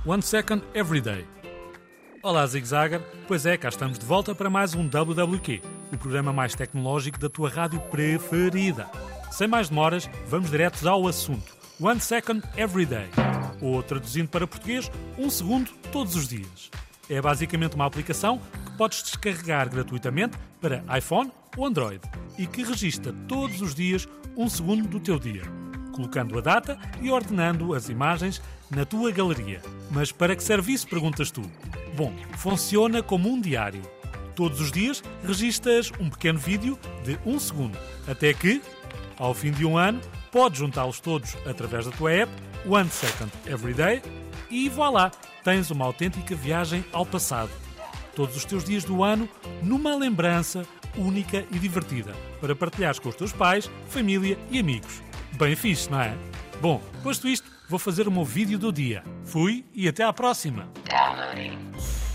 1 Second Every Day. Olá, Zig Zagger. Pois é, cá estamos de volta para mais um WWQ, o programa mais tecnológico da tua rádio preferida. Sem mais demoras, vamos diretos ao assunto. 1 Second Every Day. Ou, traduzindo para português, 1 segundo todos os dias. É basicamente uma aplicação que podes descarregar gratuitamente para iPhone ou Android e que registra todos os dias 1 segundo do teu dia, colocando a data e ordenando as imagens na tua galeria. Mas para que serve isso, perguntas tu? Bom, funciona como um diário. Todos os dias registas um pequeno vídeo de 1 segundo, até que, ao fim de um ano, podes juntá-los todos através da tua app 1 Second Every Day e voilá, tens uma autêntica viagem ao passado. Todos os teus dias do ano numa lembrança única e divertida para partilhares com os teus pais, família e amigos. Bem fixe, não é? Bom, posto isto, vou fazer o meu vídeo do dia. Fui e até à próxima! Downloading.